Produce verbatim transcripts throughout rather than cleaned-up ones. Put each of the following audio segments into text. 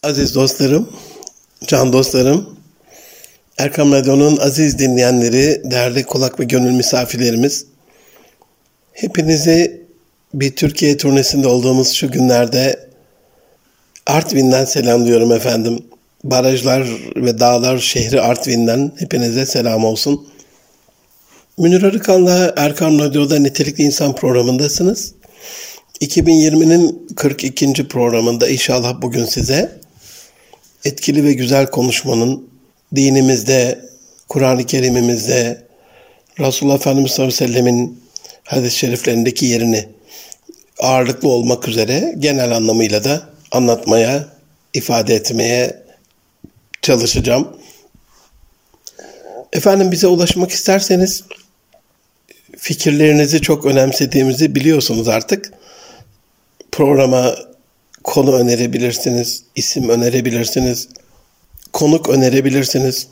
Aziz dostlarım, can dostlarım, Erkam Radyo'nun aziz dinleyenleri, değerli kulak ve gönül misafirlerimiz, hepinizi bir Türkiye turnesinde olduğumuz şu günlerde Artvin'den selamlıyorum efendim. Barajlar ve dağlar şehri Artvin'den hepinize selam olsun. Münir Arıkan'la Erkam Radyo'da Nitelikli İnsan programındasınız. iki bin yirminin kırk ikinci programında inşallah bugün size etkili ve güzel konuşmanın dinimizde, Kur'an-ı Kerim'imizde, Resulullah Efendimiz sallallahu aleyhi ve sellemin hadis-i şeriflerindeki yerini ağırlıklı olmak üzere genel anlamıyla da anlatmaya, ifade etmeye çalışacağım. Efendim bize ulaşmak isterseniz fikirlerinizi çok önemsediğimizi biliyorsunuz artık. Programa konu önerebilirsiniz, isim önerebilirsiniz, konuk önerebilirsiniz,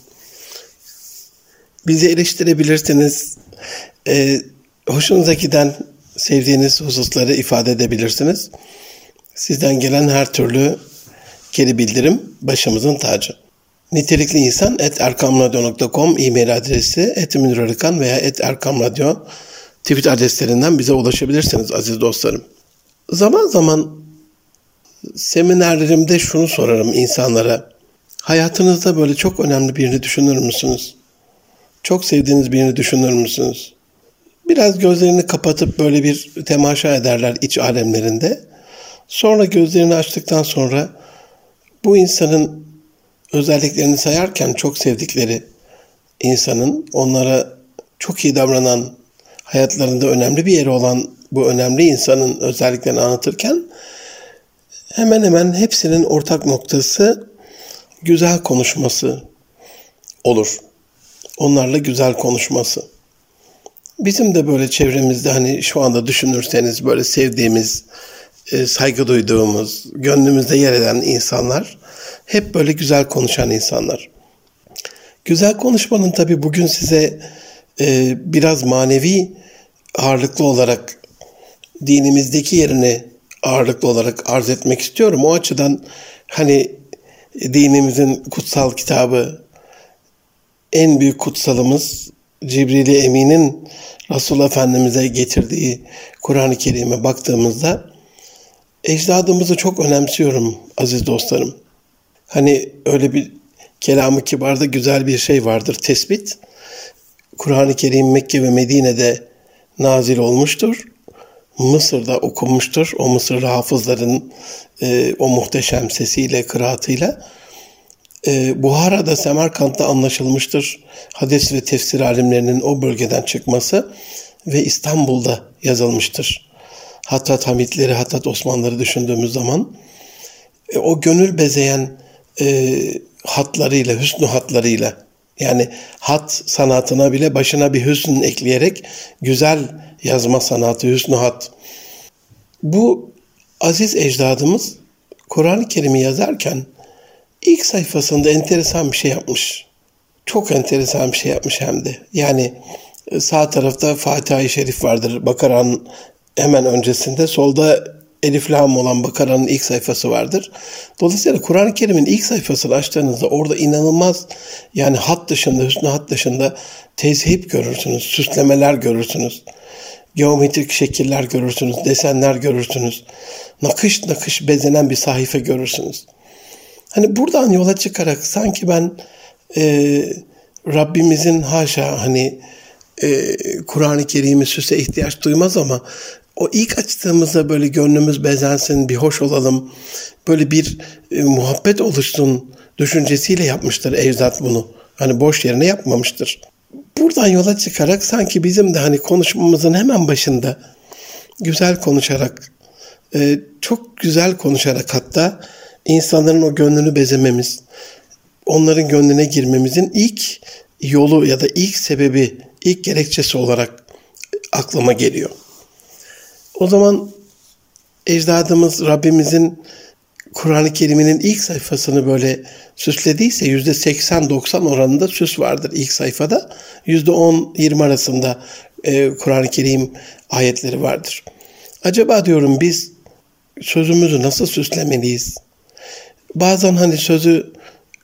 bizi eleştirebilirsiniz, ee, hoşunuza giden, sevdiğiniz hususları ifade edebilirsiniz. Sizden gelen her türlü geri bildirim başımızın tacı. Nitelikli insan et erkamradyo nokta com e-mail adresi, et Münir Arıkan veya et erkamradyo Twitter adreslerinden bize ulaşabilirsiniz aziz dostlarım. Zaman zaman seminerlerimde şunu sorarım insanlara. Hayatınızda böyle çok önemli birini düşünür müsünüz? Çok sevdiğiniz birini düşünür müsünüz? Biraz gözlerini kapatıp böyle bir temaşa ederler iç alemlerinde. Sonra gözlerini açtıktan sonra bu insanın özelliklerini sayarken çok sevdikleri insanın, onlara çok iyi davranan, hayatlarında önemli bir yeri olan bu önemli insanın özelliklerini anlatırken hemen hemen hepsinin ortak noktası güzel konuşması olur. Onlarla güzel konuşması. Bizim de böyle çevremizde hani şu anda düşünürseniz böyle sevdiğimiz, saygı duyduğumuz, gönlümüzde yer eden insanlar hep böyle güzel konuşan insanlar. Güzel konuşmanın tabii bugün size e, biraz manevi ağırlıklı olarak dinimizdeki yerini ağırlıklı olarak arz etmek istiyorum. O açıdan hani dinimizin kutsal kitabı, en büyük kutsalımız Cibril-i Emin'in Resulullah Efendimiz'e getirdiği Kur'an-ı Kerim'e baktığımızda ecdadımızı çok önemsiyorum aziz dostlarım. Hani öyle bir kelam-ı kibarda güzel bir şey vardır, tespit. Kur'an-ı Kerim Mekke ve Medine'de nazil olmuştur. Mısır'da okunmuştur. O Mısırlı hafızların e, o muhteşem sesiyle, kıraatıyla. E, Buhara'da, Semerkant'ta anlaşılmıştır. Hadis ve tefsir alimlerinin o bölgeden çıkması ve İstanbul'da yazılmıştır. Hattat Hamitleri, Hattat Osmanlıları düşündüğümüz zaman e, o gönül bezeyen e, hatlarıyla, hüsnü hatlarıyla, yani hat sanatına bile başına bir hüsn ekleyerek güzel yazma sanatı, hüsnü hat. Bu aziz ecdadımız Kur'an-ı Kerim'i yazarken ilk sayfasında enteresan bir şey yapmış. Çok enteresan bir şey yapmış hem de. Yani sağ tarafta Fatiha-i Şerif vardır. Bakara'nın hemen öncesinde, solda Elif Lam olan Bakara'nın ilk sayfası vardır. Dolayısıyla Kur'an-ı Kerim'in ilk sayfasını açtığınızda orada inanılmaz, yani hat dışında, hüsnü hat dışında tezhip görürsünüz, süslemeler görürsünüz. Geometrik şekiller görürsünüz, desenler görürsünüz. Nakış nakış bezenen bir sahife görürsünüz. Hani buradan yola çıkarak sanki ben e, Rabbimizin haşa hani e, Kur'an-ı Kerim'i süse ihtiyaç duymaz ama o ilk açtığımızda böyle gönlümüz bezensin, bir hoş olalım, böyle bir e, muhabbet oluşsun düşüncesiyle yapmıştır ecdat bunu. Hani boş yerine yapmamıştır. Buradan yola çıkarak sanki bizim de hani konuşmamızın hemen başında güzel konuşarak, e, çok güzel konuşarak hatta insanların o gönlünü bezememiz, onların gönlüne girmemizin ilk yolu ya da ilk sebebi, ilk gerekçesi olarak aklıma geliyor. O zaman ecdadımız Rabbimizin Kur'an-ı Kerim'inin ilk sayfasını böyle süslediyse yüzde seksen doksan oranında süs vardır ilk sayfada. yüzde on yirmi arasında e, Kur'an-ı Kerim ayetleri vardır. Acaba diyorum biz sözümüzü nasıl süslemeliyiz? bazen hani sözü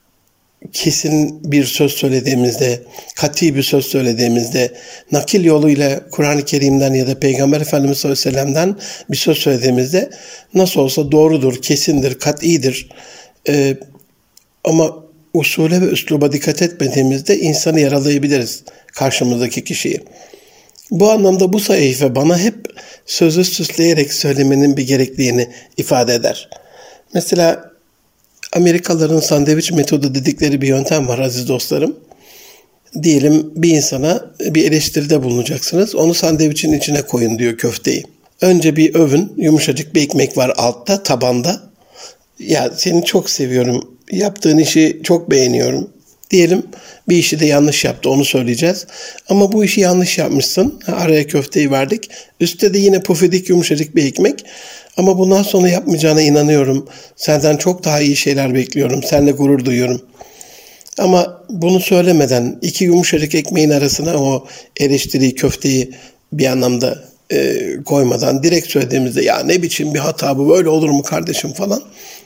kesin bir söz söylediğimizde, kat'i bir söz söylediğimizde, nakil yoluyla Kur'an-ı Kerim'den ya da Peygamber Efendimiz sallallahu aleyhi ve sellem'den bir söz söylediğimizde nasıl olsa doğrudur, kesindir, kat'idir. Ee, ama usule ve üsluba dikkat etmediğimizde insanı yaralayabiliriz, karşımızdaki kişiyi. Bu anlamda bu sayfa bana hep sözü süsleyerek söylemenin bir gerekliliğini ifade eder. Mesela Amerikalıların sandviç metodu dedikleri bir yöntem var aziz dostlarım. Diyelim bir insana bir eleştiride bulunacaksınız. Onu sandviçin içine koyun diyor köfteyi. Önce bir övün, yumuşacık bir ekmek var altta, tabanda. Ya seni çok seviyorum, yaptığın işi çok beğeniyorum. Diyelim bir işi de yanlış yaptı, onu söyleyeceğiz. Ama bu işi yanlış yapmışsın. Araya köfteyi verdik. Üstte de yine pufidik yumuşacık bir ekmek. Ama bundan sonra yapmayacağına inanıyorum. Senden çok daha iyi şeyler bekliyorum. Seninle gurur duyuyorum. Ama bunu söylemeden iki yumuşacık ekmeğin arasına o eleştiriyi, köfteyi bir anlamda e, koymadan direkt söylediğimizde ya ne biçim bir hata bu, böyle olur mu kardeşim falan.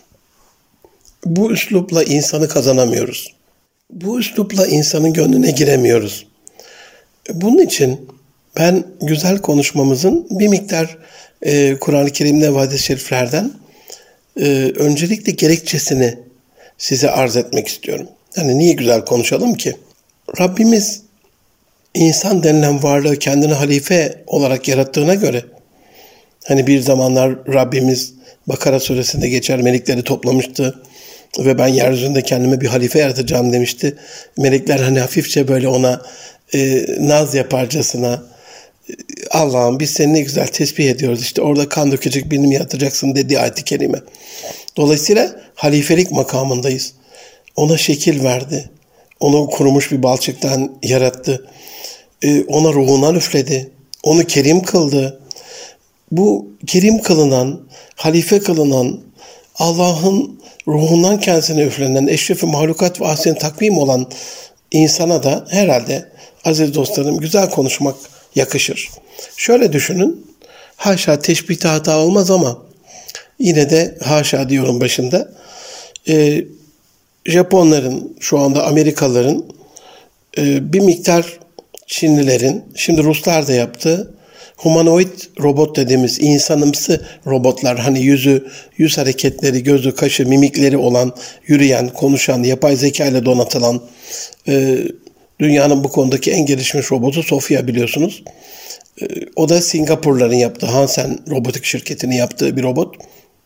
Bu üslupla insanı kazanamıyoruz. Bu üslupla insanın gönlüne giremiyoruz. Bunun için ben güzel konuşmamızın bir miktar e, Kur'an-ı Kerim'de ve hadis-i şeriflerden e, öncelikle gerekçesini size arz etmek istiyorum. Yani niye güzel konuşalım ki? Rabbimiz insan denilen varlığı kendini halife olarak yarattığına göre, hani bir zamanlar Rabbimiz Bakara suresinde geçer, melekleri toplamıştı ve ben yeryüzünde kendime bir halife yaratacağım demişti. Melekler hani hafifçe böyle ona e, naz yaparcasına, Allah'ım biz seni ne güzel tesbih ediyoruz, işte orada kan dökecek birini mi yaratacaksın dediği ayet-i kerime. Dolayısıyla halifelik makamındayız. Ona şekil verdi. Onu kurumuş bir balçıktan yarattı. Ee, ona ruhundan üfledi. Onu kerim kıldı. Bu kerim kılınan, halife kılınan, Allah'ın ruhundan kendisine üflenen, eşref-i mahlukat ve ahsen takvim olan insana da herhalde aziz dostlarım güzel konuşmak yakışır. Şöyle düşünün, haşa teşbihte hata olmaz ama yine de haşa diyorum başında. Ee, Japonların, şu anda Amerikalıların, e, bir miktar Çinlilerin, şimdi Ruslar da yaptı, humanoid robot dediğimiz insanımsı robotlar, hani yüzü, yüz hareketleri, gözü, kaşı, mimikleri olan, yürüyen, konuşan, yapay zeka ile donatılan, e, dünyanın bu konudaki en gelişmiş robotu Sofia biliyorsunuz. E, o da Singapurların yaptığı, Hansen robotik şirketinin yaptığı bir robot.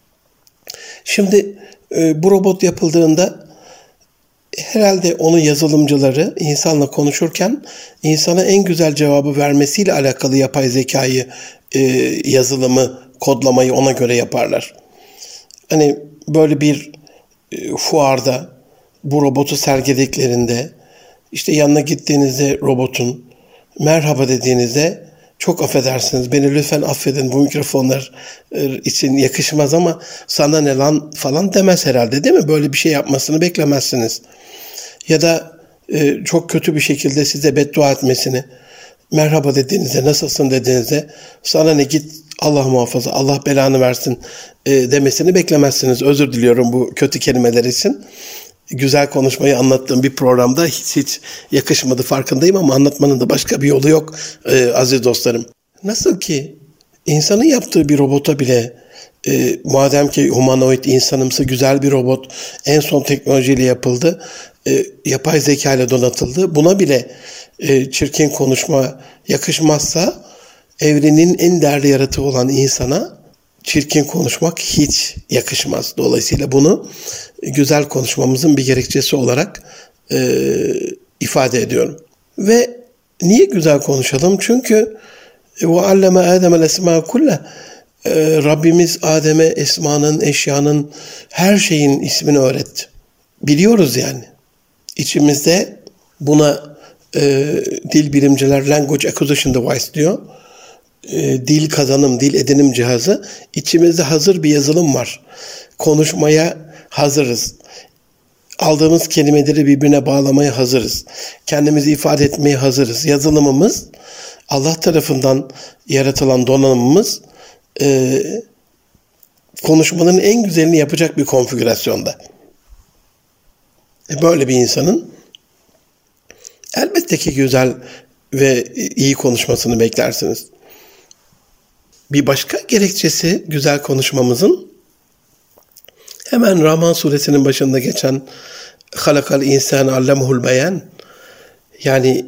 Şimdi e, bu robot yapıldığında herhalde onun yazılımcıları insanla konuşurken insana en güzel cevabı vermesiyle alakalı yapay zekayı, e, yazılımı, kodlamayı ona göre yaparlar. Hani böyle bir e, fuarda bu robotu sergilediklerinde, işte yanına gittiğinizde robotun merhaba dediğinizde, çok affedersiniz beni lütfen affedin bu mikrofonlar için yakışmaz ama sana ne lan falan demez herhalde, değil mi? Böyle bir şey yapmasını beklemezsiniz. Ya da e, çok kötü bir şekilde size beddua etmesini, merhaba dediğinizde, nasılsın dediğinizde sana ne git Allah muhafaza, Allah belanı versin e, demesini beklemezsiniz. Özür diliyorum bu kötü kelimeler için. Güzel konuşmayı anlattığım bir programda hiç, hiç yakışmadı farkındayım ama anlatmanın da başka bir yolu yok e, aziz dostlarım. Nasıl ki insanın yaptığı bir robota bile e, madem ki humanoid, insanımsı güzel bir robot en son teknolojiyle yapıldı, e, yapay zeka ile donatıldı, buna bile e, çirkin konuşma yakışmazsa evrenin en değerli yaratığı olan insana çirkin konuşmak hiç yakışmaz. Dolayısıyla bunu güzel konuşmamızın bir gerekçesi olarak e, ifade ediyorum. Ve niye güzel konuşalım? Çünkü وَعَلَّمَ آدَمَ الْاَسْمَاءَ كُلَّهِ Rabbimiz Adem'e esmanın, eşyanın, her şeyin ismini öğretti. Biliyoruz yani. İçimizde buna e, dil bilimciler language acquisition device diyor. E, dil kazanım, dil edinim cihazı. İçimizde hazır bir yazılım var. Konuşmaya hazırız. Aldığımız kelimeleri birbirine bağlamaya hazırız. Kendimizi ifade etmeye hazırız. Yazılımımız, Allah tarafından yaratılan donanımımız e, konuşmanın en güzelini yapacak bir konfigürasyonda. E böyle bir insanın elbette ki güzel ve iyi konuşmasını beklersiniz. Bir başka gerekçesi güzel konuşmamızın hemen Rahman suresinin başında geçen halakal insan allemhul beyan, yani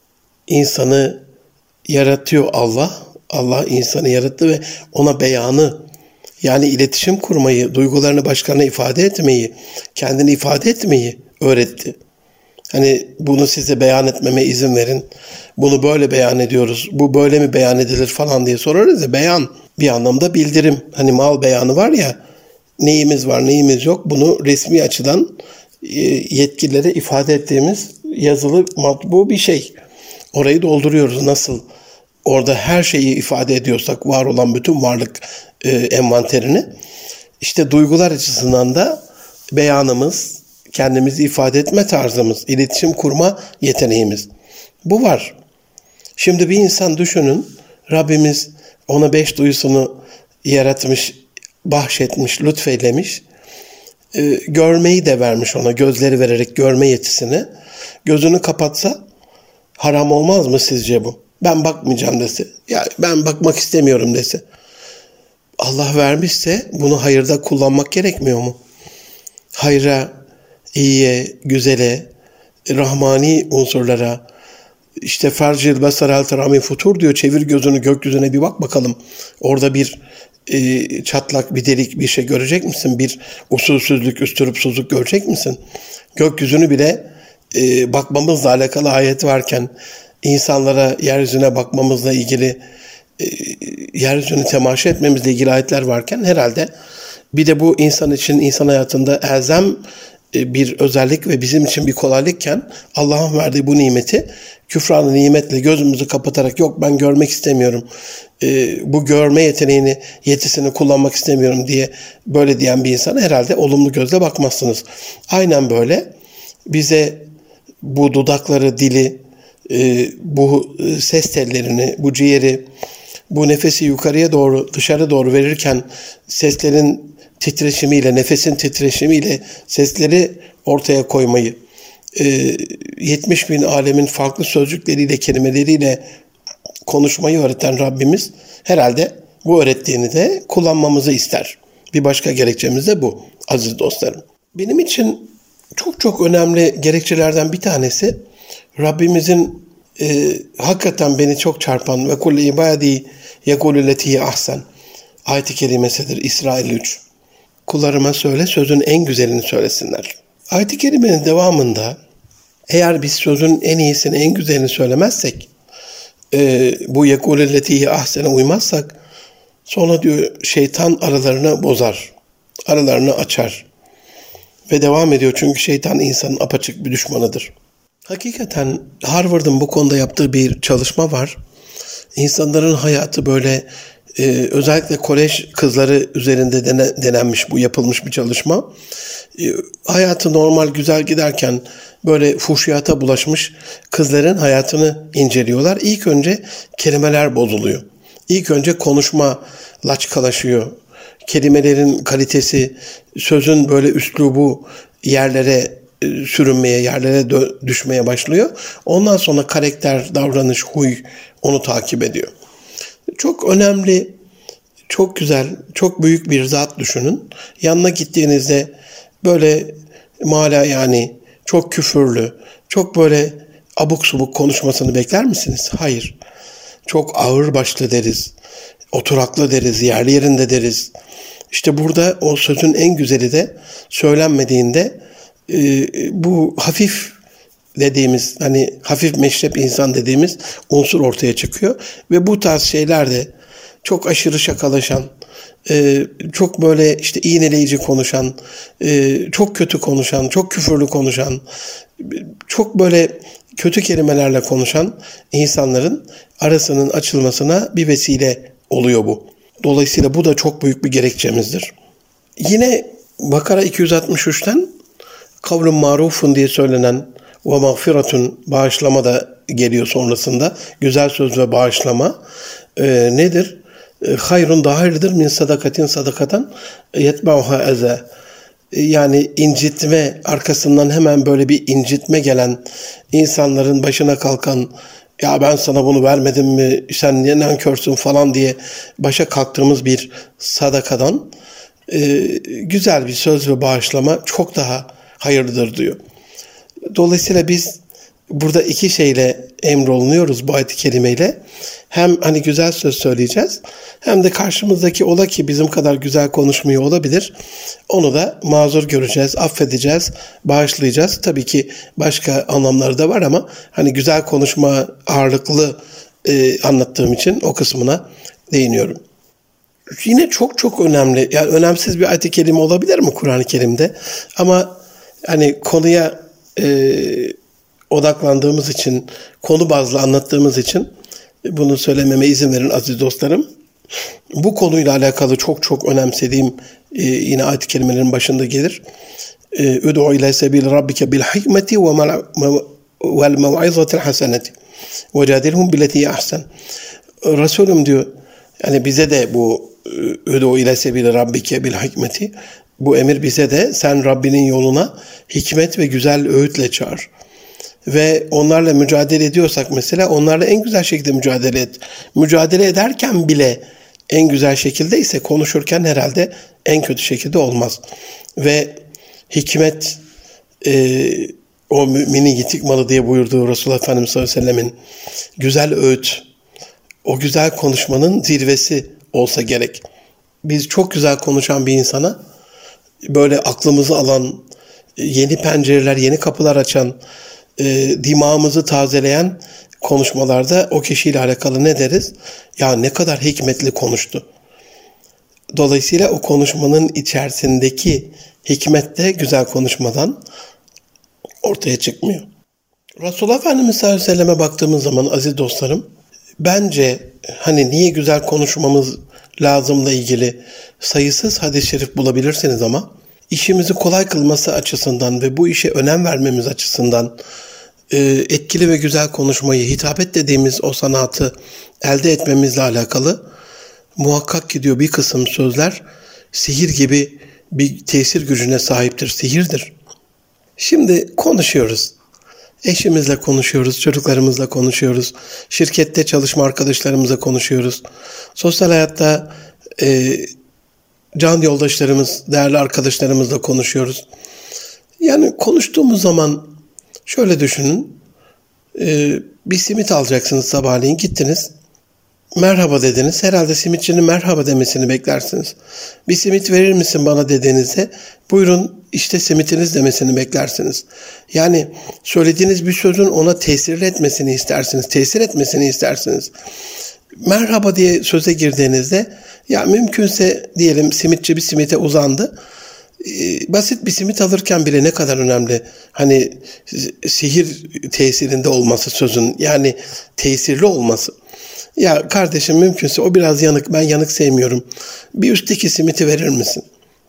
insanı yaratıyor Allah. Allah insanı yarattı ve ona beyanı, yani iletişim kurmayı, duygularını başkalarına ifade etmeyi, kendini ifade etmeyi öğretti. Hani bunu size beyan etmeme izin verin. Bunu böyle beyan ediyoruz. Bu böyle mi beyan edilir falan diye sorarız ya. Beyan bir anlamda bildirim. Hani mal beyanı var ya. Neyimiz var, neyimiz yok. Bunu resmi açıdan yetkililere ifade ettiğimiz yazılı matbu bir şey. Orayı dolduruyoruz. Nasıl orada her şeyi ifade ediyorsak, var olan bütün varlık e, envanterini, işte duygular açısından da beyanımız, kendimizi ifade etme tarzımız, iletişim kurma yeteneğimiz. Bu var. Şimdi bir insan düşünün, Rabbimiz ona beş duyusunu yaratmış, bahşetmiş, lütfeylemiş. E, görmeyi de vermiş ona, gözleri vererek görme yetisini. Gözünü kapatsa haram olmaz mı sizce bu? Ben bakmayacağım dese, ya ben bakmak istemiyorum dese. Allah vermişse bunu hayırda kullanmak gerekmiyor mu? Hayra, iyiye, güzele, rahmani unsurlara, işte fercil basar el terami futur diyor, çevir gözünü gökyüzüne bir bak bakalım. Orada bir e, çatlak, bir delik, bir şey görecek misin? Bir usulsüzlük, üstürupsuzluk görecek misin? Gökyüzünü bile e, bakmamızla alakalı ayet varken, insanlara yeryüzüne bakmamızla ilgili, e, yeryüzünü temaşa etmemizle ilgili ayetler varken, herhalde bir de bu insan için, insan hayatında elzem e, bir özellik ve bizim için bir kolaylıkken, Allah'ın verdiği bu nimeti küfranı nimetle gözümüzü kapatarak, yok ben görmek istemiyorum, e, bu görme yeteneğini, yetisini kullanmak istemiyorum diye böyle diyen bir insana herhalde olumlu gözle bakmazsınız. Aynen böyle bize bu dudakları, dili, e, bu ses tellerini, bu ciğeri, bu nefesi yukarıya doğru, dışarı doğru verirken seslerin titreşimiyle, nefesin titreşimiyle sesleri ortaya koymayı, yetmiş bin alemin farklı sözcükleriyle, kelimeleriyle konuşmayı öğreten Rabbimiz herhalde bu öğrettiğini de kullanmamızı ister. Bir başka gerekçemiz de bu aziz dostlarım. Benim için çok çok önemli gerekçelerden bir tanesi, Rabbimizin e, hakikaten beni çok çarpan ve kulli ibadi yekulü letiye ahsen ayet-i kerimesidir. İsra elli üç. Kullarıma söyle, sözün en güzelini söylesinler. Ayet-i kerimenin devamında, eğer biz sözün en iyisini, en güzelini söylemezsek, e, bu yekulü letiye ahsene uymazsak, sonra diyor şeytan aralarını bozar, aralarını açar. Ve devam ediyor, çünkü şeytan insanın apaçık bir düşmanıdır. Hakikaten Harvard'ın bu konuda yaptığı bir çalışma var. İnsanların hayatı böyle e, özellikle kolej kızları üzerinde dene, denenmiş, bu yapılmış bir çalışma. E, hayatı normal güzel giderken böyle fuhşiyata bulaşmış kızların hayatını inceliyorlar. İlk önce kelimeler bozuluyor. İlk önce konuşma laçkalaşıyor. Kelimelerin kalitesi, sözün böyle üslubu yerlere sürünmeye, yerlere dö- düşmeye başlıyor. Ondan sonra karakter, davranış, huy onu takip ediyor. Çok önemli, çok güzel, çok büyük bir zat düşünün. Yanına gittiğinizde böyle mala, yani çok küfürlü, çok böyle abuk subuk konuşmasını bekler misiniz? Hayır. Çok ağır başlı deriz, oturaklı deriz, yerli yerinde deriz. İşte burada o sözün en güzeli de söylenmediğinde e, bu hafif dediğimiz, hani hafif meşrep insan dediğimiz unsur ortaya çıkıyor. Ve bu tarz şeyler de çok aşırı şakalaşan, e, çok böyle işte iğneleyici konuşan, e, çok kötü konuşan, çok küfürlü konuşan, çok böyle kötü kelimelerle konuşan insanların arasının açılmasına bir vesile oluyor bu. Dolayısıyla bu da çok büyük bir gerekçemizdir. Yine Bakara iki yüz altmış üçten kavlun marufun diye söylenen ve mağfiretun, bağışlama da geliyor sonrasında. Güzel söz ve bağışlama e, nedir? E, hayrun daha hayırlıdır min sadakatin sadakaten yetbauha eze. yani incitme, arkasından hemen böyle bir incitme gelen, insanların başına kalkan, ya ben sana bunu vermedim mi, sen niye nankörsün falan diye başa kalktığımız bir sadakadan e, güzel bir söz ve bağışlama çok daha hayırlıdır diyor. Dolayısıyla biz burada iki şeyle emrolunuyoruz bu ayet-i kerimeyle. Hem hani güzel söz söyleyeceğiz, hem de karşımızdaki ola ki bizim kadar güzel konuşmuyor olabilir. Onu da mazur göreceğiz, affedeceğiz, bağışlayacağız. Tabii ki başka anlamları da var ama hani güzel konuşma ağırlıklı e, anlattığım için o kısmına değiniyorum. Yine çok çok önemli, yani önemsiz bir ayet-i kerime olabilir mi Kur'an-ı Kerim'de? Ama hani konuya e, odaklandığımız için, konu bazlı anlattığımız için bunu söylememe izin verin aziz dostlarım. Bu konuyla alakalı çok çok önemsediğim e, yine ayet-i kerimelerin başında gelir. Üd'u ila sebil rabbike bil hikmeti vel mev'izatil haseneti ve cadilhum billeti ahsen. Resulüm diyor, yani bize de bu Üd'u ila sebil rabbike bil hikmeti, bu emir bize de sen Rabbinin yoluna hikmet ve güzel öğütle çağır. Ve onlarla mücadele ediyorsak mesela onlarla en güzel şekilde mücadele et. Mücadele ederken bile en güzel şekilde ise konuşurken herhalde en kötü şekilde olmaz. Ve hikmet e, o müminin yitik malı diye buyurduğu Resulullah Efendimiz sallallahu aleyhi ve sellemin güzel öğüt, o güzel konuşmanın zirvesi olsa gerek. Biz çok güzel konuşan bir insana böyle aklımızı alan, yeni pencereler, yeni kapılar açan, e, dimağımızı tazeleyen konuşmalarda o kişiyle alakalı ne deriz? Ya ne kadar hikmetli konuştu. Dolayısıyla o konuşmanın içerisindeki hikmet de güzel konuşmadan ortaya çıkmıyor. Resulullah Efendimiz sallallahu aleyhi ve selleme baktığımız zaman aziz dostlarım, bence hani niye güzel konuşmamız lazımla ilgili sayısız hadis-i şerif bulabilirsiniz ama işimizi kolay kılması açısından ve bu işe önem vermemiz açısından e, etkili ve güzel konuşmayı, hitabet dediğimiz o sanatı elde etmemizle alakalı muhakkak ki diyor bir kısım sözler sihir gibi bir tesir gücüne sahiptir, sihirdir. Şimdi konuşuyoruz. Eşimizle konuşuyoruz, çocuklarımızla konuşuyoruz, şirkette çalışma arkadaşlarımızla konuşuyoruz. Sosyal hayatta e, can yoldaşlarımız, değerli arkadaşlarımızla konuşuyoruz. Yani konuştuğumuz zaman şöyle düşünün, e, bir simit alacaksınız sabahleyin, gittiniz, merhaba dediniz. Herhalde simitçinin merhaba demesini beklersiniz. Bir simit verir misin bana dediğinizde, buyurun işte simitiniz demesini beklersiniz. Yani söylediğiniz bir sözün ona tesir etmesini istersiniz, tesir etmesini istersiniz. Merhaba diye söze girdiğinizde, ya mümkünse diyelim simitçi bir simite uzandı. Ee, basit bir simit alırken bile ne kadar önemli. Hani sihir tesirinde olması sözün, yani tesirli olması. Ya kardeşim mümkünse o biraz yanık, ben yanık sevmiyorum. Bir üstteki simiti verir misin?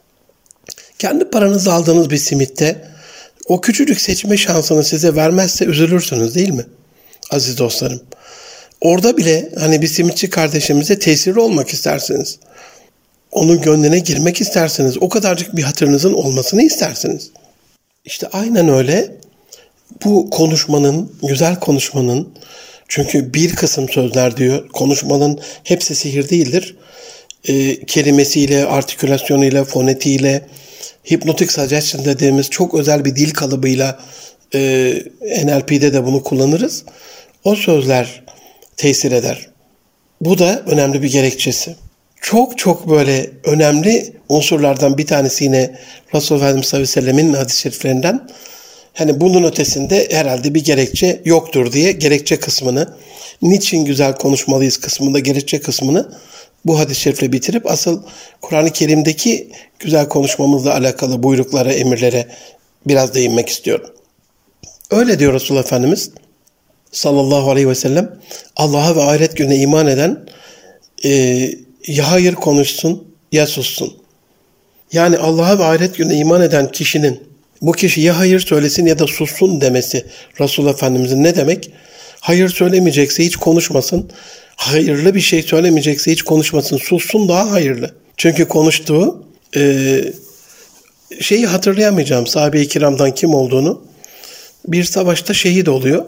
Kendi paranızla aldığınız bir simitte o küçücük seçme şansını size vermezse üzülürsünüz değil mi? Aziz dostlarım. Orada bile hani bir simitçi kardeşimize tesirli olmak istersiniz. Onun gönlüne girmek istersiniz. O kadarcık bir hatırınızın olmasını istersiniz. İşte aynen öyle. Bu konuşmanın, güzel konuşmanın, çünkü bir kısım sözler diyor, konuşmanın hepsi sihir değildir. E, kelimesiyle, artikülasyonuyla, fonetiğiyle, hipnotik suggestion dediğimiz çok özel bir dil kalıbıyla e, N L P'de de bunu kullanırız. O sözler tesir eder. Bu da önemli bir gerekçesi. Çok çok böyle önemli unsurlardan bir tanesi yine Resulullah Efendimiz sallallahu aleyhi ve sellemin hadis-i şeriflerinden. Hani bunun ötesinde herhalde bir gerekçe yoktur diye gerekçe kısmını, niçin güzel konuşmalıyız kısmında gerekçe kısmını bu hadis-i şerifle bitirip asıl Kur'an-ı Kerim'deki güzel konuşmamızla alakalı buyruklara, emirlere biraz değinmek istiyorum. Öyle diyor Resulullah Efendimiz sallallahu aleyhi ve sellem, Allah'a ve ahiret gününe iman eden e, ya hayır konuşsun ya sussun. Yani Allah'a ve ahiret gününe iman eden kişinin bu kişi ya hayır söylesin ya da sussun demesi Resulullah Efendimizin ne demek? Hayır söylemeyecekse hiç konuşmasın. Hayırlı bir şey söylemeyecekse hiç konuşmasın. Sussun daha hayırlı. Çünkü konuştuğu e, şeyi hatırlayamayacağım sahabe-i kiramdan kim olduğunu. Bir savaşta şehit oluyor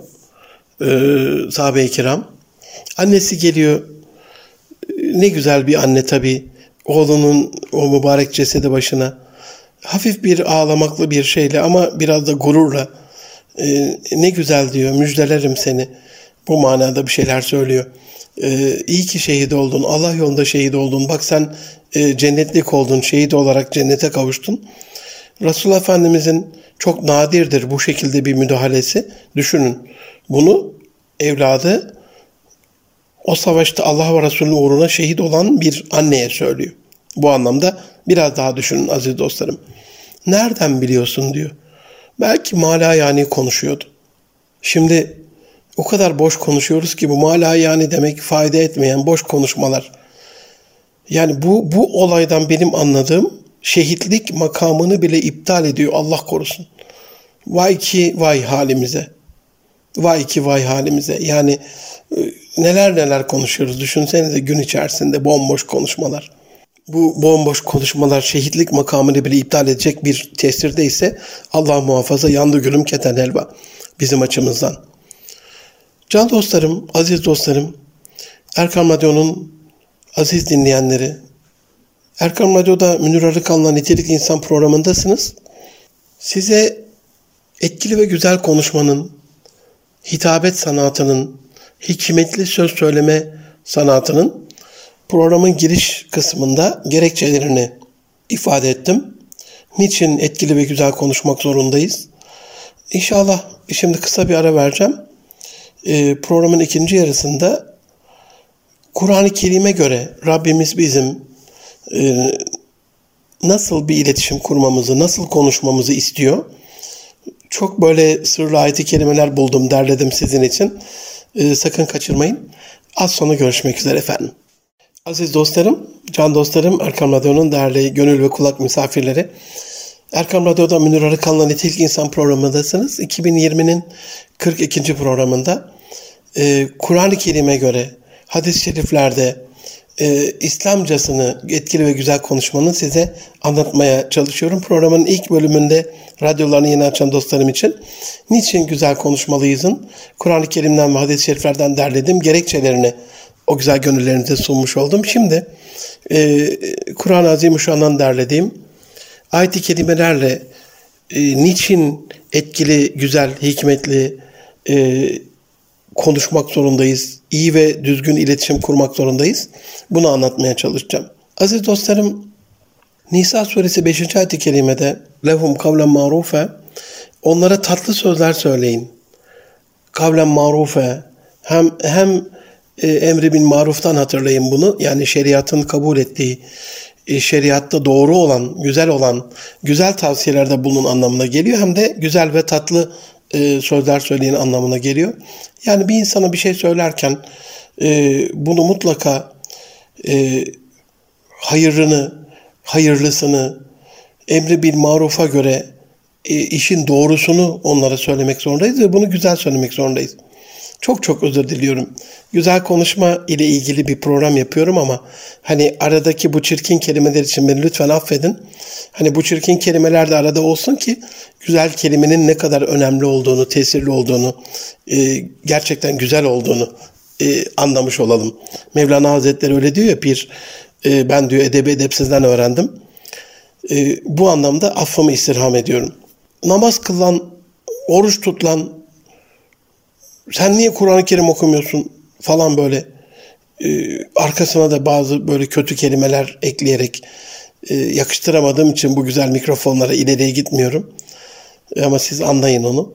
ee, sahabe-i kiram. Annesi geliyor. Ne güzel bir anne tabii. Oğlunun o mübarek cesedi başına. Hafif bir ağlamaklı bir şeyle ama biraz da gururla e, ne güzel diyor, müjdelerim seni. Bu manada bir şeyler söylüyor. E, iyi ki şehit oldun, Allah yolunda şehit oldun. Bak sen e, cennetlik oldun, şehit olarak cennete kavuştun. Resulullah Efendimizin çok nadirdir bu şekilde bir müdahalesi. Düşünün, bunu evladı o savaşta Allah ve Resulü uğruna şehit olan bir anneye söylüyor. Bu anlamda biraz daha düşünün aziz dostlarım. Nereden biliyorsun diyor. Belki mala yani konuşuyordu. Şimdi o kadar boş konuşuyoruz ki bu mala yani demek fayda etmeyen boş konuşmalar. Yani bu bu olaydan benim anladığım şehitlik makamını bile iptal ediyor, Allah korusun. Vay ki vay halimize. Vay ki vay halimize. Yani neler neler konuşuyoruz. Düşünsenize gün içerisinde bomboş konuşmalar. Bu bomboş konuşmalar şehitlik makamını bile iptal edecek bir tesirde ise Allah muhafaza yandı gülüm keten helva bizim açımızdan. Can dostlarım, aziz dostlarım, Erkam Radyo'nun aziz dinleyenleri, Erkam Radyo'da Münir Arıkan'la Nitelik İnsan programındasınız. Size etkili ve güzel konuşmanın, hitabet sanatının, hikmetli söz söyleme sanatının programın giriş kısmında gerekçelerini ifade ettim. Niçin etkili ve güzel konuşmak zorundayız? İnşallah şimdi kısa bir ara vereceğim. Ee, programın ikinci yarısında Kur'an-ı Kerim'e göre Rabbimiz bizim e, nasıl bir iletişim kurmamızı, nasıl konuşmamızı istiyor? Çok böyle sırlı ayet-i kerimeler buldum, derledim sizin için. Ee, sakın kaçırmayın. Az sonra görüşmek üzere efendim. Aziz dostlarım, can dostlarım, Erkam Radyo'nun değerli gönül ve kulak misafirleri. Erkam Radyo'da Münir Arıkan'la Nitelik İnsan programındasınız. iki bin yirminin kırk ikinci programında e, Kur'an-ı Kerim'e göre hadis-i şeriflerde e, İslamcasını etkili ve güzel konuşmanın size anlatmaya çalışıyorum. Programın ilk bölümünde radyolarını yeni açan dostlarım için niçin güzel konuşmalıyızın Kur'an-ı Kerim'den ve hadis-i şeriflerden derledim gerekçelerini o güzel gönüllerinize sunmuş oldum. Şimdi e, Kur'an-ı Azimüşşan'dan derlediğim ayet-i kerimelerle e, niçin etkili, güzel, hikmetli e, konuşmak zorundayız, iyi ve düzgün iletişim kurmak zorundayız. Bunu anlatmaya çalışacağım. Aziz dostlarım, Nisa suresi beşinci ayet-i kerimede lehum kavlen marufe, onlara tatlı sözler söyleyin. Kavlen marufe, hem hem e, emri bin maruftan hatırlayın bunu. Yani şeriatın kabul ettiği, e, şeriatta doğru olan, güzel olan, güzel tavsiyelerde bulunun anlamına geliyor. Hem de güzel ve tatlı e, sözler söyleyin anlamına geliyor. Yani bir insana bir şey söylerken e, bunu mutlaka e, hayırını, hayırlısını, emri bil marufa göre e, işin doğrusunu onlara söylemek zorundayız ve bunu güzel söylemek zorundayız. Çok çok özür diliyorum. Güzel konuşma ile ilgili bir program yapıyorum ama hani aradaki bu çirkin kelimeler için beni lütfen affedin. Hani bu çirkin kelimeler de arada olsun ki güzel kelimenin ne kadar önemli olduğunu, tesirli olduğunu, e, gerçekten güzel olduğunu e, anlamış olalım. Mevlana Hazretleri öyle diyor ya, bir e, ben diyor edebi edepsizden öğrendim. E, bu anlamda affımı istirham ediyorum. Namaz kılan, oruç tutulan, sen niye Kur'an-ı Kerim okumuyorsun falan böyle e, arkasına da bazı böyle kötü kelimeler ekleyerek e, yakıştıramadığım için bu güzel mikrofonlara ileriye gitmiyorum. E, ama siz anlayın onu.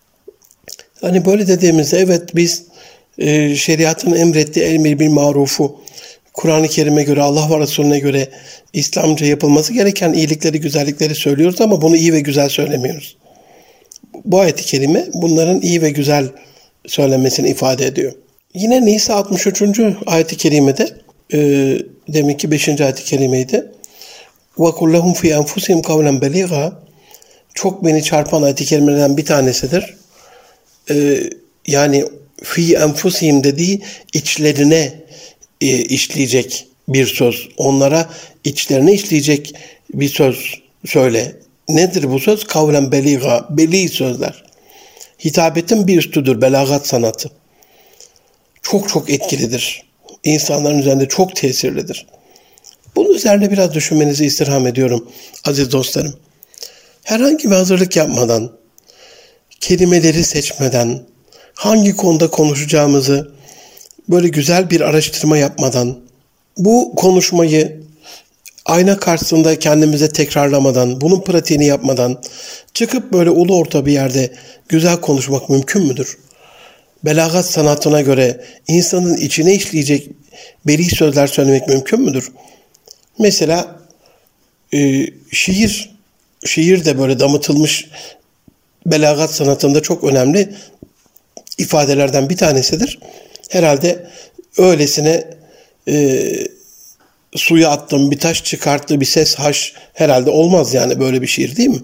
Hani böyle dediğimizde evet biz e, şeriatın emrettiği emri bil marufu, Kur'an-ı Kerim'e göre, Allah ve Resulüne göre İslamca yapılması gereken iyilikleri, güzellikleri söylüyoruz ama bunu iyi ve güzel söylemiyoruz. Bu ayet-i kerime bunların iyi ve güzel söylenmesini ifade ediyor. Yine Nisa altmış üçüncü ayet-i kerimede e, demek ki beşinci ayet-i kerimeydi. وَقُلْ لَهُمْ فِي أَنْفُسِهِمْ قَوْلًا بَلِيغًا, çok beni çarpan ayet-i kerimelerden bir tanesidir. E, yani fi enfusihim dediği içlerine e, işleyecek bir söz. Onlara içlerine işleyecek bir söz söyle. Nedir bu söz? Kavlen beliga, beli sözler. Hitabetin bir üstüdür, belagat sanatı. Çok çok etkilidir. İnsanların üzerinde çok tesirlidir. Bunun üzerine biraz düşünmenizi istirham ediyorum aziz dostlarım. Herhangi bir hazırlık yapmadan, kelimeleri seçmeden, hangi konuda konuşacağımızı böyle güzel bir araştırma yapmadan, bu konuşmayı ayna karşısında kendimize tekrarlamadan, bunun pratiğini yapmadan çıkıp böyle ulu orta bir yerde güzel konuşmak mümkün müdür? Belagat sanatına göre insanın içine işleyecek beli sözler söylemek mümkün müdür? Mesela e, şiir, şiir de böyle damıtılmış belagat sanatında çok önemli ifadelerden bir tanesidir. Herhalde öylesine e, suya attım, bir taş çıkarttı, bir ses haş herhalde olmaz yani böyle bir şiir değil mi?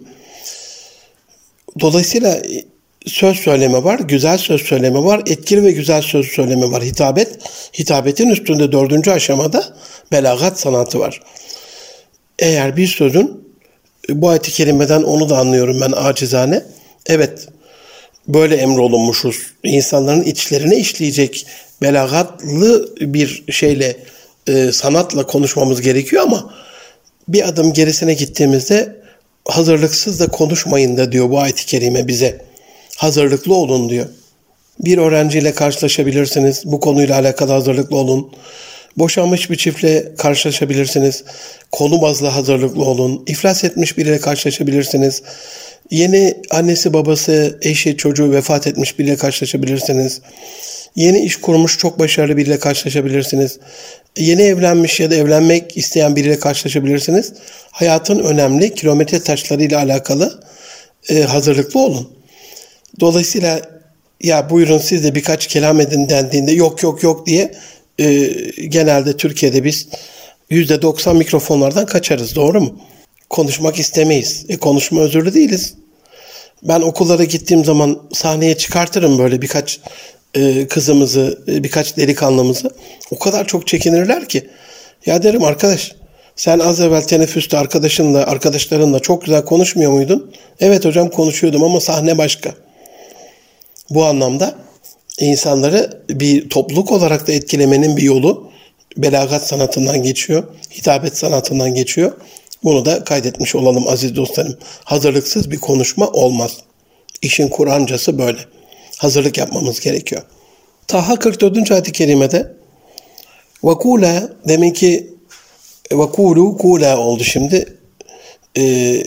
Dolayısıyla söz söyleme var, güzel söz söyleme var, etkili ve güzel söz söyleme var, hitabet. Hitabetin üstünde dördüncü aşamada belagat sanatı var. Eğer bir sözün, bu ayet-i kerimeden onu da anlıyorum ben acizane, evet böyle emrolunmuşuz, insanların içlerine işleyecek belagatlı bir şeyle, e, sanatla konuşmamız gerekiyor ama bir adım gerisine gittiğimizde hazırlıksız da konuşmayın da diyor bu ayet-i kerime bize. Hazırlıklı olun diyor. Bir öğrenciyle karşılaşabilirsiniz. Bu konuyla alakalı hazırlıklı olun. Boşanmış bir çiftle karşılaşabilirsiniz. Konu bazlı hazırlıklı olun. İflas etmiş biriyle karşılaşabilirsiniz. Yeni annesi, babası, eşi, çocuğu vefat etmiş biriyle karşılaşabilirsiniz. Yeni iş kurmuş çok başarılı biriyle karşılaşabilirsiniz. Yeni evlenmiş ya da evlenmek isteyen biriyle karşılaşabilirsiniz. Hayatın önemli kilometre taşlarıyla alakalı e, hazırlıklı olun. Dolayısıyla ya buyurun siz de birkaç kelam edin dendiğinde yok yok yok diye e, genelde Türkiye'de biz yüzde doksan mikrofonlardan kaçarız, doğru mu? Konuşmak istemeyiz. E, konuşma özürlü değiliz. Ben okullara gittiğim zaman sahneye çıkartırım böyle birkaç e, kızımızı, e, birkaç delikanlımızı. O kadar çok çekinirler ki. Ya derim arkadaş, sen az evvel teneffüste arkadaşınla, arkadaşlarınla çok güzel konuşmuyor muydun? Evet hocam konuşuyordum ama sahne başka. Bu anlamda insanları bir topluluk olarak da etkilemenin bir yolu belagat sanatından geçiyor, hitabet sanatından geçiyor. Bunu da kaydetmiş olalım aziz dostlarım. Hazırlıksız bir konuşma olmaz. İşin Kur'ancası böyle. Hazırlık yapmamız gerekiyor. Taha kırk dördüncü ayet-i kerimede وَكُولَا deminki وَكُولُوا kula oldu şimdi. Ee,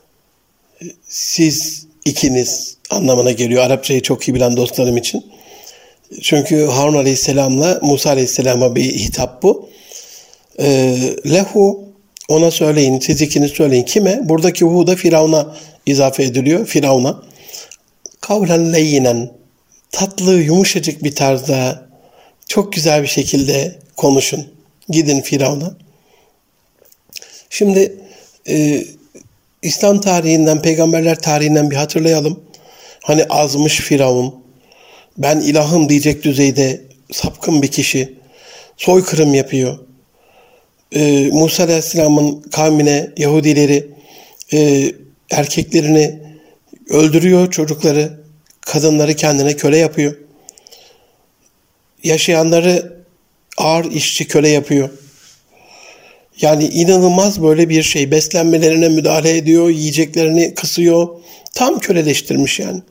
siz ikiniz anlamına geliyor Arapçayı çok iyi bilen dostlarım için. Çünkü Harun Aleyhisselam'la Musa Aleyhisselam'a bir hitap bu. Ee, lehu ona söyleyin, siz ikiniz söyleyin. Kime? Buradaki hu da Firavun'a izafe ediliyor. Firavun'a. Kavlen leyyinen, tatlı, yumuşacık bir tarzda, çok güzel bir şekilde konuşun. Gidin Firavun'a. Şimdi e, İslam tarihinden, peygamberler tarihinden bir hatırlayalım. Hani azmış Firavun, ben ilahım diyecek düzeyde sapkın bir kişi, soykırım yapıyor. Ee, Musa Aleyhisselam'ın kavmine, Yahudileri e, erkeklerini öldürüyor, çocukları, kadınları kendine köle yapıyor. Yaşayanları ağır işçi köle yapıyor. Yani inanılmaz böyle bir şey. Beslenmelerine müdahale ediyor, yiyeceklerini kısıyor. Tam köleleştirmiş yani.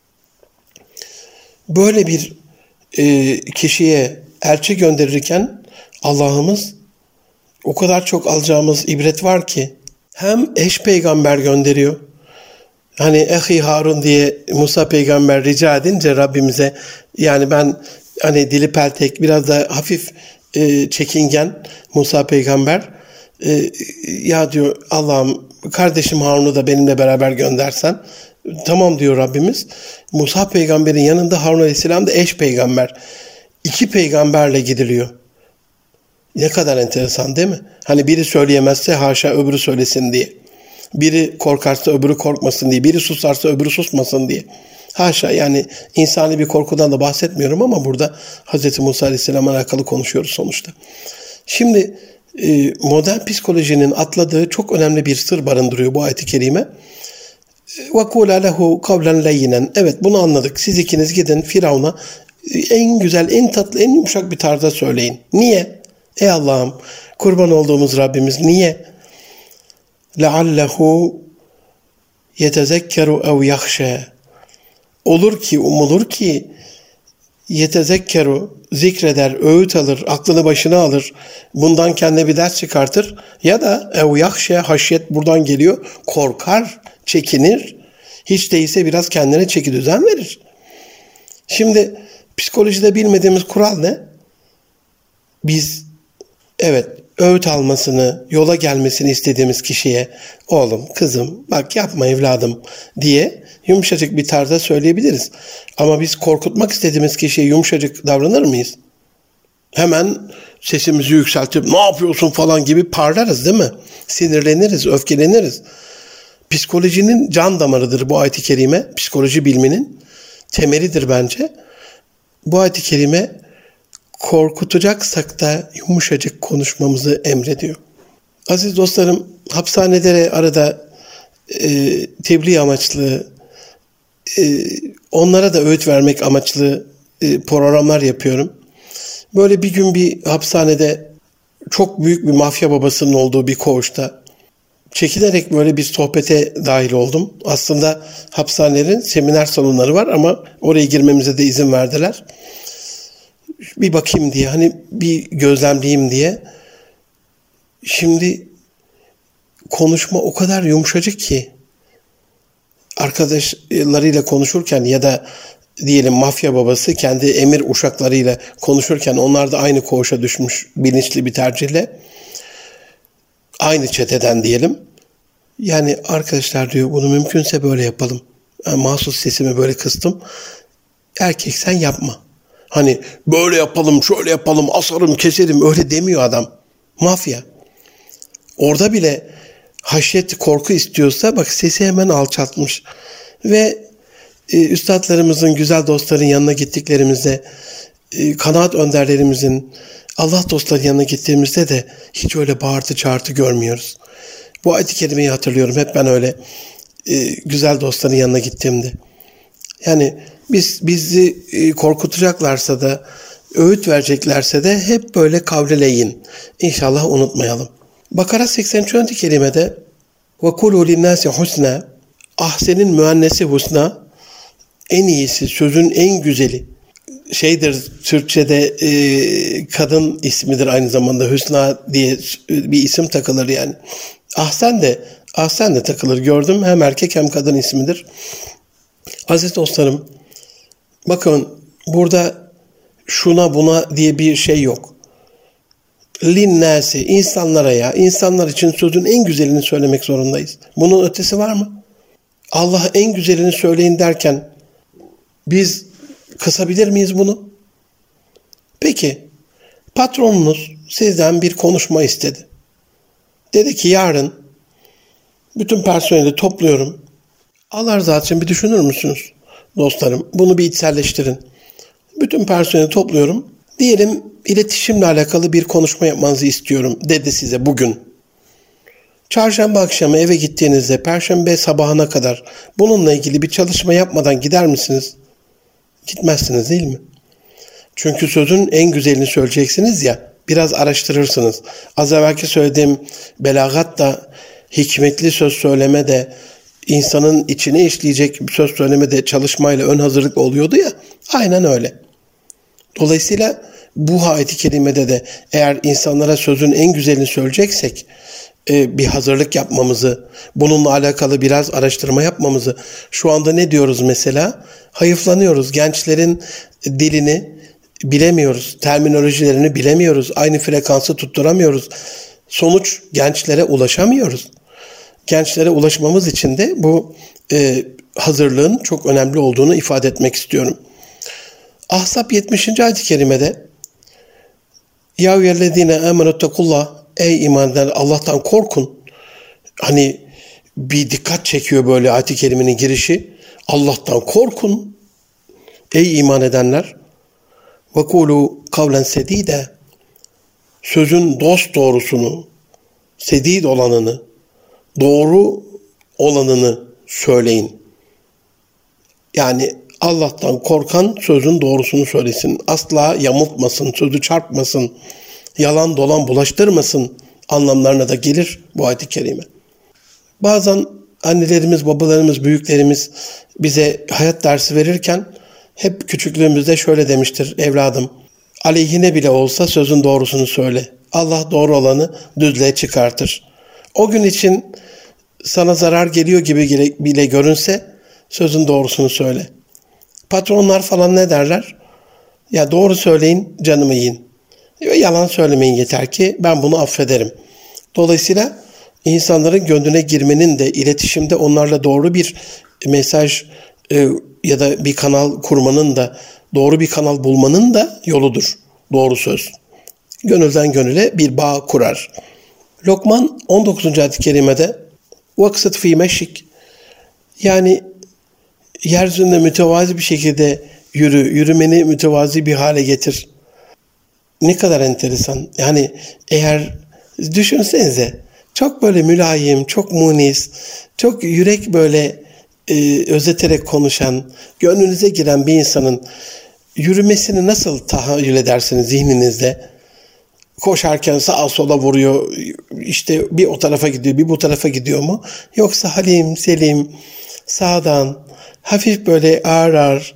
Böyle bir e, kişiye elçi gönderirken Allah'ımız o kadar çok alacağımız ibret var ki hem eş peygamber gönderiyor. Hani ehi Harun diye Musa peygamber rica edince Rabbimize, yani ben hani dili peltek, biraz da hafif e, çekingen Musa peygamber, e, ya diyor Allah'ım kardeşim Harun'u da benimle beraber göndersen. Tamam diyor Rabbimiz. Musa peygamberin yanında Harun Aleyhisselam da eş peygamber. İki peygamberle gidiliyor. Ne kadar enteresan değil mi? Hani biri söyleyemezse haşa öbürü söylesin diye. Biri korkarsa öbürü korkmasın diye. Biri susarsa öbürü susmasın diye. Haşa, yani insani bir korkudan da bahsetmiyorum ama burada Hz. Musa Aleyhisselam'la alakalı konuşuyoruz sonuçta. Şimdi e, modern psikolojinin atladığı çok önemli bir sır barındırıyor bu ayet-i kerime. وَقُولَا لَهُ قَوْلًا لَيِّنًا. Evet, bunu anladık. Siz ikiniz gidin Firavun'a en güzel, en tatlı, en yumuşak bir tarzda söyleyin. Niye? Ey Allah'ım, kurban olduğumuz Rabbimiz, niye? لَعَلَّهُ يَتَذَكَّرُ اَوْ يَخْشَى. Olur ki, umulur ki yetezekkeru, zikreder, öğüt alır, aklını başına alır, bundan kendine bir ders çıkartır, ya da ev yahşe, haşyet buradan geliyor, korkar, çekinir, hiç değilse biraz kendine çeki düzen verir. Şimdi psikolojide bilmediğimiz kural ne? Biz evet öğüt almasını, yola gelmesini istediğimiz kişiye oğlum, kızım, bak yapma evladım diye yumuşacık bir tarzda söyleyebiliriz. Ama biz korkutmak istediğimiz kişiye yumuşacık davranır mıyız? Hemen sesimizi yükseltip ne yapıyorsun falan gibi parlarız değil mi? Sinirleniriz, öfkeleniriz. Psikolojinin can damarıdır bu ayet-i kerime. Psikoloji biliminin temelidir bence. Bu ayet-i kerime korkutacaksak da yumuşacık konuşmamızı emrediyor. Aziz dostlarım, hapishanelere arada e, tebliğ amaçlı, e, onlara da öğüt vermek amaçlı e, programlar yapıyorum. Böyle bir gün bir hapishanede çok büyük bir mafya babasının olduğu bir koğuşta çekinerek böyle bir sohbete dahil oldum. Aslında hapishanelerin seminer salonları var ama oraya girmemize de izin verdiler. Bir bakayım diye, hani bir gözlemleyeyim diye. Şimdi konuşma o kadar yumuşacık ki arkadaşlarıyla konuşurken ya da diyelim mafya babası kendi emir uşaklarıyla konuşurken, onlar da aynı koğuşa düşmüş bilinçli bir tercihle, aynı çeteden diyelim. Yani arkadaşlar diyor, bunu mümkünse böyle yapalım. Yani mahsus sesimi böyle kıstım. Erkek sen yapma. Hani böyle yapalım, şöyle yapalım, asarım, keserim, öyle demiyor adam. Mafya. Orada bile haşyet, korku istiyorsa bak sesi hemen alçaltmış. Ve e, üstadlarımızın, güzel dostların yanına gittiklerimizde, e, kanaat önderlerimizin, Allah dostları yanına gittiğimizde de hiç öyle bağırtı çağırtı görmüyoruz. Bu ayet-i kerimeyi hatırlıyorum. Hep ben öyle e, güzel dostların yanına gittiğimde. Yani biz bizi e, korkutacaklarsa da, öğüt vereceklerse de hep böyle kavreleyin. İnşallah unutmayalım. Bakara seksen üç ayet-i kerimede وَكُلُوا لِلنَّاسِ husna, ahsenin müennesi husna, en iyisi, sözün en güzeli. Şeydir, Türkçe'de e, kadın ismidir aynı zamanda, hüsna diye bir isim takılır yani. Ahsen de, ahsen de takılır, gördüm, hem erkek hem kadın ismidir. Aziz dostlarım, bakın burada şuna buna diye bir şey yok. Linnâsi, insanlara, ya insanlar için sözün en güzelini söylemek zorundayız. Bunun ötesi var mı? Allah'a en güzelini söyleyin derken biz kısabilir miyiz bunu? Peki, patronunuz sizden bir konuşma istedi. Dedi ki yarın bütün personeli topluyorum. Allah rızası için bir düşünür müsünüz dostlarım? Bunu bir içselleştirin. Bütün personeli topluyorum. Diyelim iletişimle alakalı bir konuşma yapmanızı istiyorum dedi size bugün. Çarşamba akşamı eve gittiğinizde perşembe sabahına kadar bununla ilgili bir çalışma yapmadan gider misiniz? Gitmezsiniz değil mi? Çünkü sözün en güzelini söyleyeceksiniz ya, biraz araştırırsınız. Az evvelki söylediğim belagat da, hikmetli söz söyleme de, insanın içine işleyecek bir söz söyleme de çalışmayla, ön hazırlıkla oluyordu ya, aynen öyle. Dolayısıyla bu ayet-i kerimede de eğer insanlara sözün en güzelini söyleyeceksek, bir hazırlık yapmamızı, bununla alakalı biraz araştırma yapmamızı, şu anda ne diyoruz mesela? Hayıflanıyoruz. Gençlerin dilini bilemiyoruz. Terminolojilerini bilemiyoruz. Aynı frekansı tutturamıyoruz. Sonuç, gençlere ulaşamıyoruz. Gençlere ulaşmamız için de bu e, hazırlığın çok önemli olduğunu ifade etmek istiyorum. Ahzab yetmişinci ayet-i kerimede Ya eyyühellezine amenüttekullah, ey iman edenler, Allah'tan korkun. Hani bir dikkat çekiyor böyle ayet-i kerimenin girişi. Allah'tan korkun ey iman edenler. Ve kulu kavlen sedide, sözün dost doğrusunu, sedid olanını, doğru olanını söyleyin. Yani Allah'tan korkan sözün doğrusunu söylesin. Asla yamultmasın, sözü çarpmasın, yalan dolan bulaştırmasın anlamlarına da gelir bu ayet-i kerime. Bazen annelerimiz, babalarımız, büyüklerimiz bize hayat dersi verirken hep küçüklüğümüzde şöyle demiştir: evladım, aleyhine bile olsa sözün doğrusunu söyle. Allah doğru olanı düzlüğe çıkartır. O gün için sana zarar geliyor gibi bile görünse sözün doğrusunu söyle. Patronlar falan ne derler? Ya doğru söyleyin, canımı yiyin. Yalan söylemeyin yeter ki ben bunu affederim. Dolayısıyla insanların gönlüne girmenin de, iletişimde onlarla doğru bir mesaj e, ya da bir kanal kurmanın da, doğru bir kanal bulmanın da yoludur doğru söz. Gönülden gönüle bir bağ kurar. Lokman on dokuzuncu ayet-i kerimede "Vaksit fî meşik", yani yeryüzünde mütevazi bir şekilde yürü, yürümeni mütevazi bir hale getir. Ne kadar enteresan. Yani eğer düşünsenize, çok böyle mülayim, çok munis, çok yürek böyle e, özeterek konuşan, gönlünüze giren bir insanın yürümesini nasıl tahayyül edersiniz zihninizde? Koşarken sağa sola vuruyor, işte bir o tarafa gidiyor, bir bu tarafa gidiyor mu? Yoksa halim, selim, sağdan, hafif böyle ağır ağır,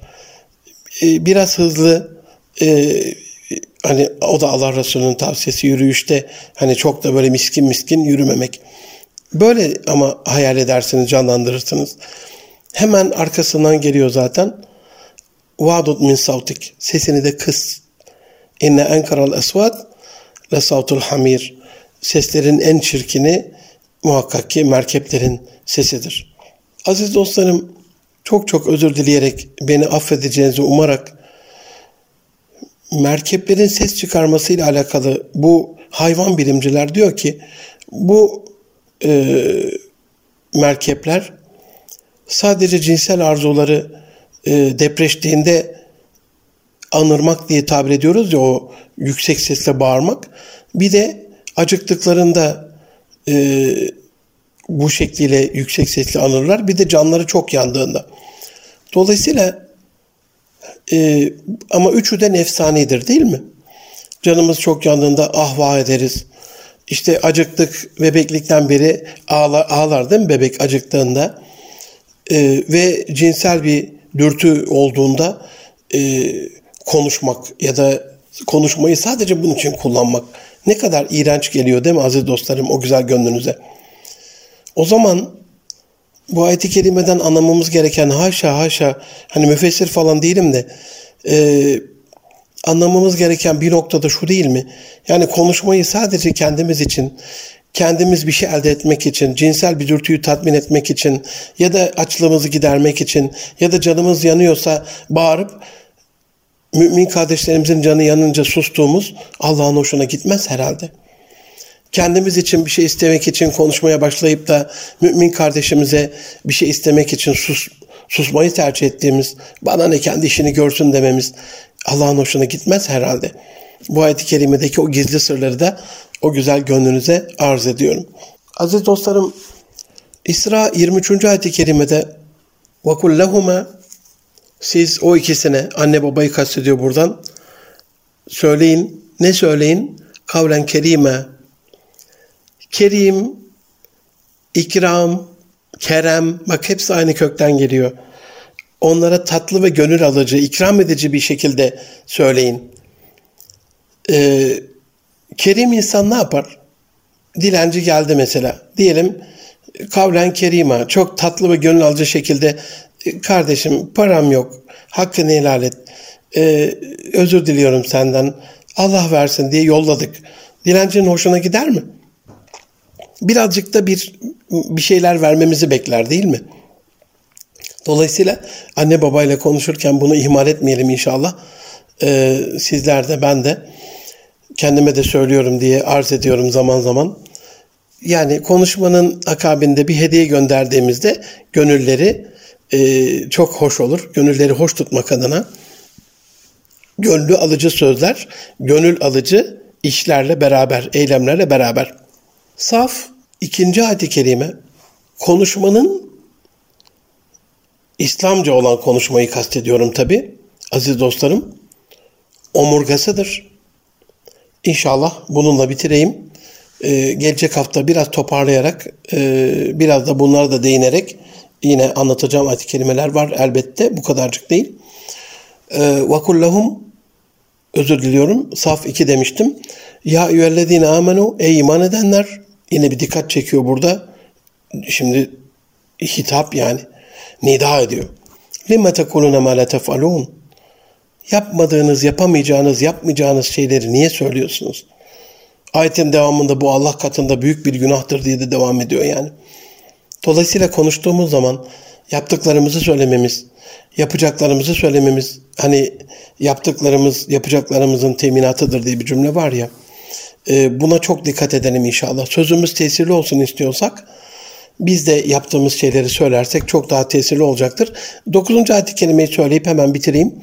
e, biraz hızlı, e, hani o da Allah Resulü'nün tavsiyesi, yürüyüşte hani çok da böyle miskin miskin yürümemek. Böyle ama hayal edersiniz, canlandırırsınız. Hemen arkasından geliyor zaten. Va'dud min savtik, sesini de kıs. İnne enkaral esvat le savtul hamir. Seslerin en çirkini muhakkak ki merkeplerin sesidir. Aziz dostlarım, çok çok özür dileyerek, beni affedeceğinizi umarak, merkeplerin ses çıkarmasıyla alakalı bu hayvan bilimciler diyor ki bu e, merkepler sadece cinsel arzuları e, depreştiğinde anırmak diye tabir ediyoruz ya, o yüksek sesle bağırmak. Bir de acıktıklarında e, bu şekliyle yüksek sesle anırlar. Bir de canları çok yandığında. Dolayısıyla e, ama üçü de nefsanidir değil mi? Canımız çok yandığında ah vah ederiz. İşte acıktık, bebeklikten beri ağlar, ağlar değil mi bebek acıktığında? E, ve cinsel bir dürtü olduğunda e, konuşmak ya da konuşmayı sadece bunun için kullanmak ne kadar iğrenç geliyor değil mi aziz dostlarım o güzel gönlünüze? O zaman bu ayet-i kerimeden anlamamız gereken, haşa haşa, hani müfessir falan değilim de e, anlamamız gereken bir noktada şu değil mi? Yani konuşmayı sadece kendimiz için, kendimiz bir şey elde etmek için, cinsel bir dürtüyü tatmin etmek için ya da açlığımızı gidermek için ya da canımız yanıyorsa bağırıp mümin kardeşlerimizin canı yanınca sustuğumuz Allah'ın hoşuna gitmez herhalde. Kendimiz için bir şey istemek için konuşmaya başlayıp da mümin kardeşimize bir şey istemek için sus, susmayı tercih ettiğimiz, bana ne kendi işini görsün dememiz Allah'ın hoşuna gitmez herhalde. Bu ayet-i kerimedeki o gizli sırları da o güzel gönlünüze arz ediyorum. Aziz dostlarım, İsra yirmi üçüncü ayet-i kerimede وَقُلْ لَهُمَا, siz o ikisine, anne babayı kastediyor buradan, söyleyin, ne söyleyin? Kavlen kerime, kerim, ikram, kerem, bak hepsi aynı kökten geliyor. Onlara tatlı ve gönül alıcı, ikram edici bir şekilde söyleyin. Ee, kerim insan ne yapar? Dilenci geldi mesela. Diyelim kavlen kerima, çok tatlı ve gönül alıcı şekilde, kardeşim param yok, hakkını helal et, ee, özür diliyorum senden, Allah versin diye yolladık. Dilencinin hoşuna gider mi? Birazcık da bir bir şeyler vermemizi bekler değil mi? Dolayısıyla anne babayla konuşurken bunu ihmal etmeyelim inşallah. Ee, sizler de ben de kendime de söylüyorum diye arz ediyorum zaman zaman. Yani konuşmanın akabinde bir hediye gönderdiğimizde gönülleri e, çok hoş olur. Gönülleri hoş tutmak adına gönlü alıcı sözler, gönül alıcı işlerle beraber, eylemlerle beraber. Saf ikinci ayet-i kerime konuşmanın, İslamca olan konuşmayı kastediyorum tabi aziz dostlarım, omurgasıdır. İnşallah bununla bitireyim. Ee, gelecek hafta biraz toparlayarak, e, biraz da bunlara da değinerek yine anlatacağım ayet-i kerimeler var elbette. Bu kadarcık değil. وَكُلَّهُمْ Özür diliyorum. Saf iki demiştim. Ya eyyühellezine amenu, ey iman edenler. Yine bir dikkat çekiyor burada. Şimdi hitap yani. Nida ediyor. لِمَّ تَكُولُونَ مَا لَا تَفْعَلُونَ Yapmadığınız, yapamayacağınız, yapmayacağınız şeyleri niye söylüyorsunuz? Ayetin devamında bu Allah katında büyük bir günahtır diye de devam ediyor yani. Dolayısıyla konuştuğumuz zaman yaptıklarımızı söylememiz, yapacaklarımızı söylememiz, hani yaptıklarımız yapacaklarımızın teminatıdır diye bir cümle var ya, buna çok dikkat edelim inşallah. Sözümüz tesirli olsun istiyorsak, biz de yaptığımız şeyleri söylersek çok daha tesirli olacaktır. dokuzuncu ayet-i kerimeyi söyleyip hemen bitireyim.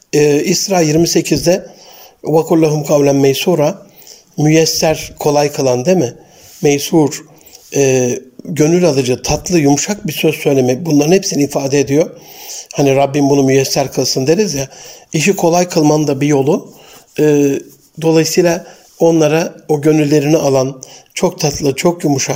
İsra yirmi sekizde وَكُلَّهُمْ قَوْلًا مَيْسُورًا Müyesser, kolay kılan değil mi? Meysur, e, gönül alıcı, tatlı, yumuşak bir söz söylemek, bunların hepsini ifade ediyor. Hani Rabbim bunu müyesser kılsın deriz ya, işi kolay kılmanın da bir yolu. E, dolayısıyla onlara o gönüllerini alan, çok tatlı, çok yumuşak,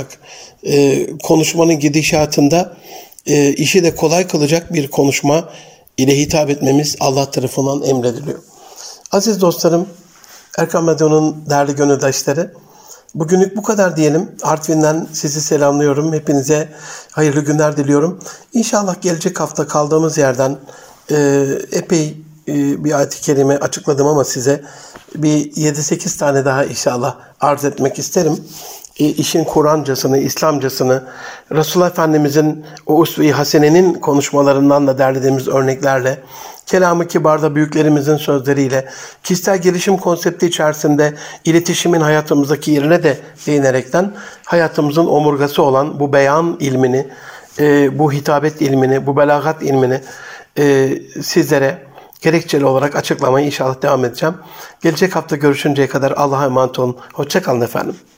e, konuşmanın gidişatında e, işi de kolay kılacak bir konuşma ile hitap etmemiz Allah tarafından emrediliyor. Aziz dostlarım, Erkam Radyo'nun değerli gönüldaşları, bugünlük bu kadar diyelim. Artvin'den sizi selamlıyorum. Hepinize hayırlı günler diliyorum. İnşallah gelecek hafta kaldığımız yerden e, epey e, bir ayet-i kerime açıkladım ama size bir yedi sekiz tane daha inşallah arz etmek isterim. E, işin Kur'ancasını, İslamcasını, Resulullah Efendimizin o usve-i hasenenin konuşmalarından da derlediğimiz örneklerle, Kelam-ı Kibar'da büyüklerimizin sözleriyle, kişisel gelişim konsepti içerisinde iletişimin hayatımızdaki yerine de değinerekten hayatımızın omurgası olan bu beyan ilmini, e, bu hitabet ilmini, bu belagat ilmini e, sizlere gerekçeli olarak açıklamayı inşallah devam edeceğim. Gelecek hafta görüşünceye kadar Allah'a emanet olun. Hoşça kalın efendim.